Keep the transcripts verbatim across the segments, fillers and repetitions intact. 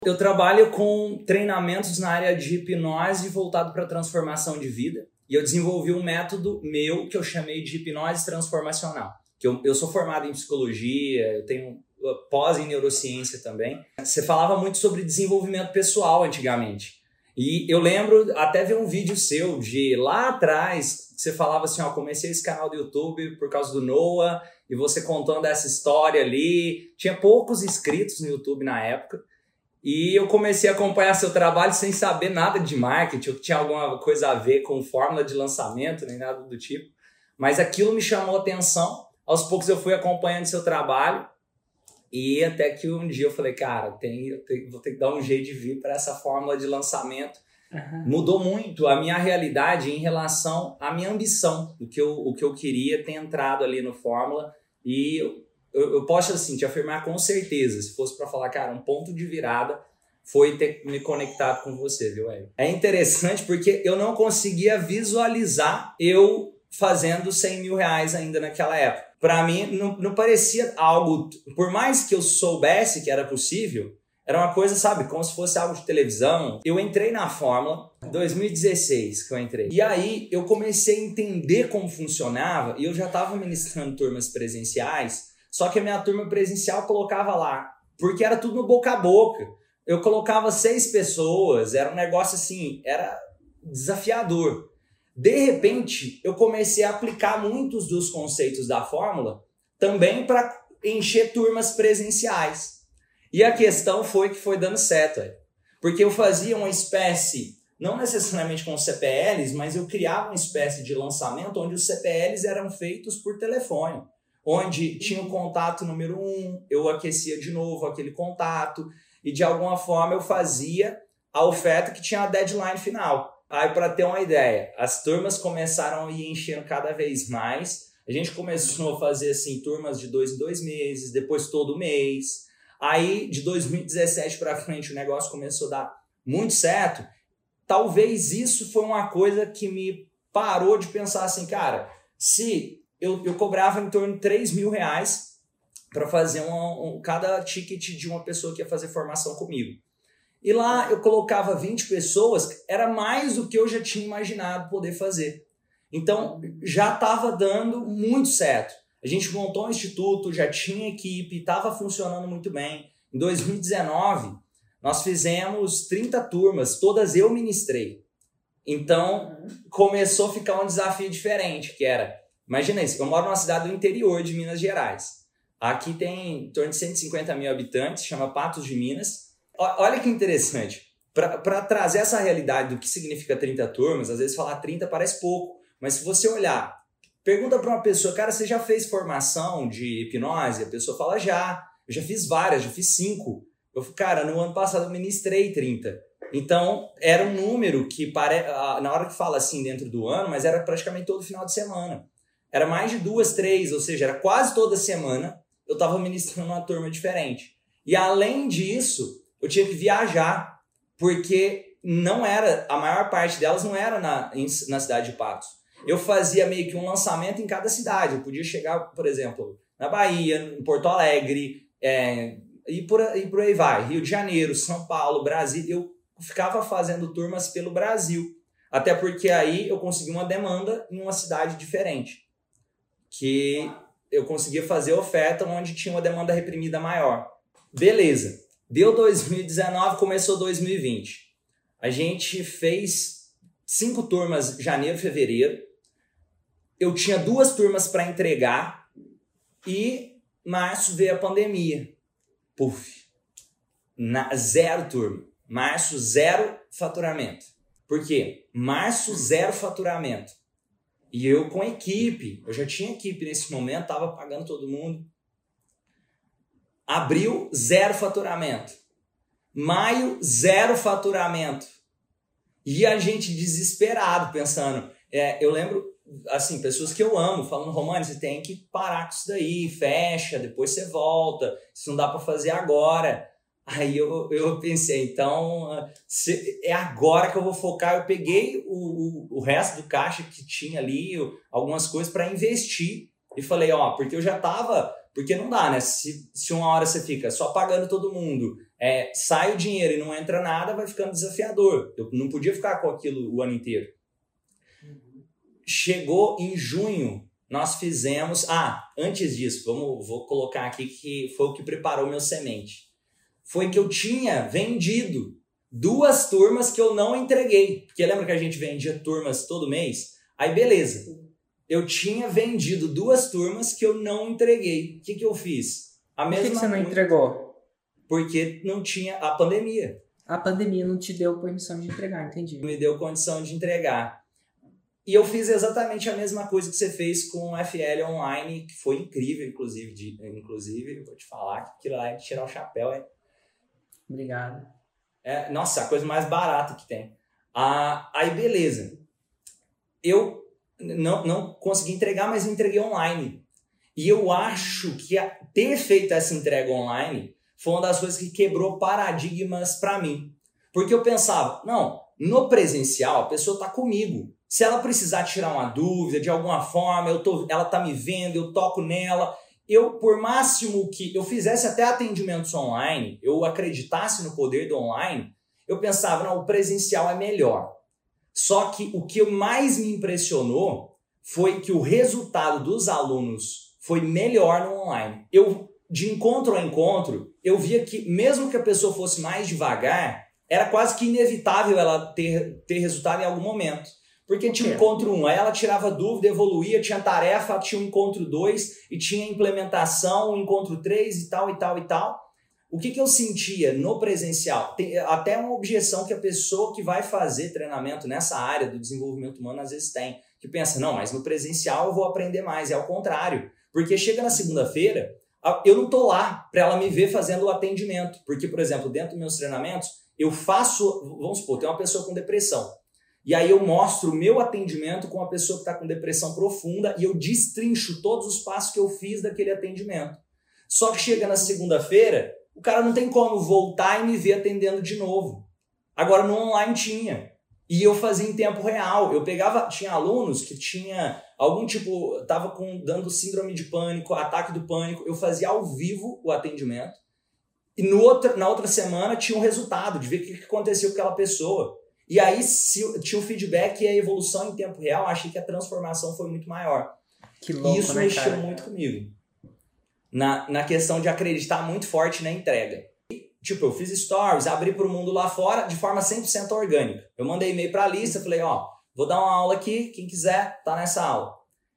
Eu trabalho com treinamentos na área de hipnose voltado para transformação de vida. E eu desenvolvi um método meu que eu chamei de hipnose transformacional. Que eu, eu sou formado em psicologia, eu tenho pós em neurociência também. Você falava muito sobre desenvolvimento pessoal antigamente. E eu lembro até ver um vídeo seu de lá atrás, você falava assim, ó, comecei esse canal do YouTube por causa do Noah, e você contando essa história ali. Tinha poucos inscritos no YouTube na época. E eu comecei a acompanhar seu trabalho sem saber nada de marketing, ou que tinha alguma coisa a ver com fórmula de lançamento, nem nada do tipo. Mas aquilo me chamou a atenção. Aos poucos eu fui acompanhando seu trabalho. E até que um dia eu falei, cara, tem, eu tenho, vou ter que dar um jeito de vir para essa fórmula de lançamento. Uhum. Mudou muito a minha realidade em relação à minha ambição, o que eu, o que eu queria ter entrado ali no Fórmula. E eu, eu, eu posso assim, te afirmar com certeza, se fosse para falar, cara, um ponto de virada foi ter me conectado com você, viu, Hélio? É interessante porque eu não conseguia visualizar eu fazendo cem mil reais ainda naquela época. Para mim, não, não parecia algo... Por mais que eu soubesse que era possível, era uma coisa, sabe, como se fosse algo de televisão. Eu entrei na Fórmula em dois mil e dezesseis, que eu entrei. E aí, eu comecei a entender como funcionava e eu já estava ministrando turmas presenciais, só que a minha turma presencial colocava lá, porque era tudo no boca a boca. Eu colocava seis pessoas, era um negócio assim, era desafiador. De repente, eu comecei a aplicar muitos dos conceitos da Fórmula também para encher turmas presenciais. E a questão foi que foi dando certo, é. Porque eu fazia uma espécie, não necessariamente com C P Ls, mas eu criava uma espécie de lançamento onde os C P Ls eram feitos por telefone, onde tinha o contato número um, eu aquecia de novo aquele contato e de alguma forma eu fazia a oferta que tinha a deadline final. Aí, para ter uma ideia, as turmas começaram a ir enchendo cada vez mais. A gente começou a fazer assim, turmas de dois em dois meses, depois todo mês. Aí, de dois mil e dezessete para frente, o negócio começou a dar muito certo. Talvez isso foi uma coisa que me parou de pensar assim, cara, se eu, eu cobrava em torno de três mil reais para fazer um, um, cada ticket de uma pessoa que ia fazer formação comigo. E lá eu colocava vinte pessoas, era mais do que eu já tinha imaginado poder fazer. Então já estava dando muito certo. A gente montou um instituto, já tinha equipe, estava funcionando muito bem. Em dois mil e dezenove, nós fizemos trinta turmas, todas eu ministrei. Então começou a ficar um desafio diferente, que era, imagina isso, eu moro numa cidade do interior de Minas Gerais. Aqui tem em torno de cento e cinquenta mil habitantes, chama Patos de Minas. Olha que interessante, para trazer essa realidade do que significa trinta turmas, às vezes falar trinta parece pouco, mas se você olhar, pergunta para uma pessoa, cara, você já fez formação de hipnose? A pessoa fala, já, eu já fiz várias, já fiz cinco. Eu falei, cara, no ano passado eu ministrei trinta. Então, era um número que, pare... na hora que fala assim dentro do ano, mas era praticamente todo final de semana. Era mais de duas, três, ou seja, era quase toda semana eu estava ministrando uma turma diferente. E além disso, eu tinha que viajar, porque não era, a maior parte delas não era na, na cidade de Patos. Eu fazia meio que um lançamento em cada cidade. Eu podia chegar, por exemplo, na Bahia, em Porto Alegre, é, e, por, e por aí vai. Rio de Janeiro, São Paulo, Brasil. Eu ficava fazendo turmas pelo Brasil. Até porque aí eu consegui uma demanda em uma cidade diferente. Que eu conseguia fazer oferta onde tinha uma demanda reprimida maior. Beleza. Deu dois mil e dezenove, começou dois mil e vinte. A gente fez cinco turmas em janeiro, fevereiro. Eu tinha duas turmas para entregar e março veio a pandemia. Puf, na, zero turma. Março, zero faturamento. Por quê? Março, zero faturamento. E eu com equipe, eu já tinha equipe nesse momento, estava pagando todo mundo. Abril, zero faturamento. Maio, zero faturamento. E a gente desesperado, pensando. É, eu lembro, assim, pessoas que eu amo, falando, Romani, você tem que parar com isso daí, fecha, depois você volta, isso não dá para fazer agora. Aí eu, eu pensei, então, se, é agora que eu vou focar. Eu peguei o, o, o resto do caixa que tinha ali, algumas coisas para investir. E falei, ó, porque eu já tava... Porque não dá, né? Se, se uma hora você fica só pagando todo mundo, é, sai o dinheiro e não entra nada, vai ficando desafiador. Eu não podia ficar com aquilo o ano inteiro. Chegou em junho, nós fizemos... Ah, antes disso, vamos, vou colocar aqui que foi o que preparou meu semente. Foi que eu tinha vendido duas turmas que eu não entreguei. Porque lembra que a gente vendia turmas todo mês? Aí beleza, eu tinha vendido duas turmas que eu não entreguei. O que, que eu fiz? A Por mesma que, que você não coisa. entregou? Porque não tinha a pandemia. A pandemia não te deu permissão de entregar, entendi. Me deu condição de entregar. E eu fiz exatamente a mesma coisa que você fez com o F L Online, que foi incrível, inclusive. De, inclusive, vou te falar que aquilo lá é de tirar o chapéu. É, Obrigado. é, nossa, a coisa mais barata que tem. Ah, aí, beleza. Eu não, não consegui entregar, mas entreguei online. E eu acho que a, ter feito essa entrega online foi uma das coisas que quebrou paradigmas para mim. Porque eu pensava, não, no presencial a pessoa está comigo. Se ela precisar tirar uma dúvida de alguma forma, eu tô, ela está me vendo, eu toco nela. Eu, por máximo que eu fizesse até atendimentos online, eu acreditasse no poder do online, eu pensava, não, o presencial é melhor. Só que o que mais me impressionou foi que o resultado dos alunos foi melhor no online. Eu, de encontro a encontro, eu via que mesmo que a pessoa fosse mais devagar, era quase que inevitável ela ter, ter resultado em algum momento. Porque tinha o encontro um, aí ela tirava dúvida, evoluía, tinha tarefa, tinha o encontro dois, e tinha implementação, o encontro três e tal, e tal, e tal. O que, que eu sentia no presencial? Tem até uma objeção que a pessoa que vai fazer treinamento nessa área do desenvolvimento humano às vezes tem, que pensa, não, mas no presencial eu vou aprender mais. É ao contrário, porque chega na segunda-feira, eu não tô lá para ela me ver fazendo o atendimento. Porque, por exemplo, dentro dos meus treinamentos, eu faço, vamos supor, tem uma pessoa com depressão. E aí eu mostro o meu atendimento com a pessoa que está com depressão profunda e eu destrincho todos os passos que eu fiz daquele atendimento. Só que chega na segunda-feira, o cara não tem como voltar e me ver atendendo de novo. Agora no online tinha. E eu fazia em tempo real. Eu pegava, tinha alunos que tinha algum tipo, estava com, dando síndrome de pânico, ataque do pânico. Eu fazia ao vivo o atendimento. E no outro, na outra semana tinha um resultado de ver o que aconteceu com aquela pessoa. E aí se, tinha o feedback e a evolução em tempo real, achei que a transformação foi muito maior. Que louco, e isso né, mexeu cara? muito comigo. Na, na questão de acreditar muito forte na entrega. Tipo, eu fiz stories, abri para o mundo lá fora de forma cem por cento orgânica. Eu mandei e-mail para a lista, falei, ó, vou dar uma aula aqui, quem quiser tá nessa aula.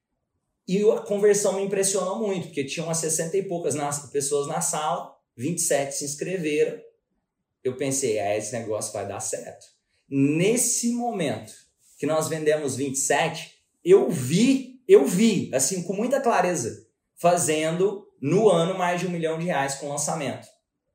E a conversão me impressionou muito, porque tinha umas sessenta e poucas nas, pessoas na sala, vinte e sete se inscreveram. Eu pensei, é, esse negócio vai dar certo. Nesse momento que nós vendemos vinte e sete, eu vi, eu vi, assim, com muita clareza, fazendo no ano mais de um milhão de reais com lançamento.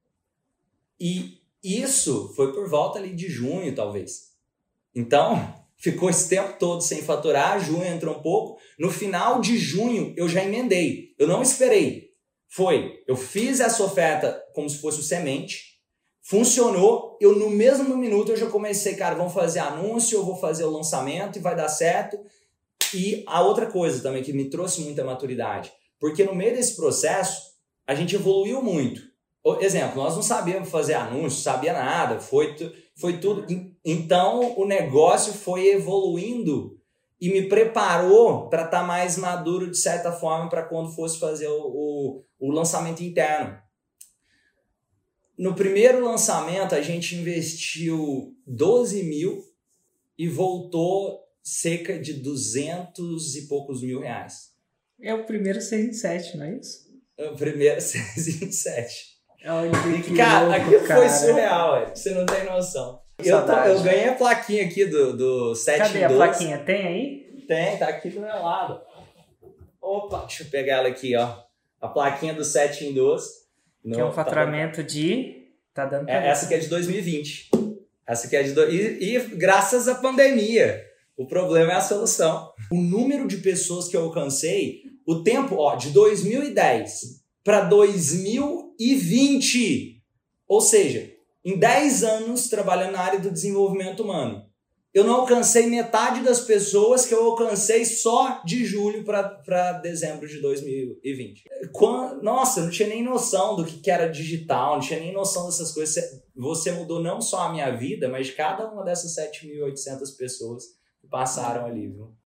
E isso foi por volta ali de junho, talvez. Então, ficou esse tempo todo sem faturar, junho entrou um pouco. No final de junho, eu já emendei. Eu não esperei. Foi, eu fiz essa oferta como se fosse o semente, funcionou, eu no mesmo minuto eu já comecei, cara, vamos fazer anúncio, eu vou fazer o lançamento e vai dar certo. E a outra coisa também que me trouxe muita maturidade, porque no meio desse processo, a gente evoluiu muito. Exemplo, nós não sabíamos fazer anúncio, sabia nada, foi, foi tudo. Então, o negócio foi evoluindo e me preparou para estar tá mais maduro, de certa forma, para quando fosse fazer o, o, o lançamento interno. No primeiro lançamento, a gente investiu doze mil e voltou cerca de duzentos e poucos mil reais. É o primeiro seis em sete, não é isso? O primeiro seis em sete. Olha, que cara, louco, aquilo cara. foi surreal, véio. Você não tem noção. Eu, tô, eu ganhei a plaquinha aqui do, do sete Cadê em doze. a plaquinha? Tem aí? Tem, tá aqui do meu lado. Opa, deixa eu pegar ela aqui, ó. A plaquinha do sete em doze. Que é um faturamento tá de... Tá dando é, essa aqui é de dois mil e vinte. Essa aqui é de... Do... E, e graças à pandemia. O problema é a solução. O número de pessoas que eu alcancei, o tempo, ó, de dois mil e dez para dois mil e vinte. Ou seja, em dez anos trabalhando na área do desenvolvimento humano, eu não alcancei metade das pessoas que eu alcancei só de julho para dezembro de dois mil e vinte. Quando, nossa, eu não tinha nem noção do que, que era digital, não tinha nem noção dessas coisas. Você mudou não só a minha vida, mas cada uma dessas sete mil e oitocentas pessoas que passaram ali, viu?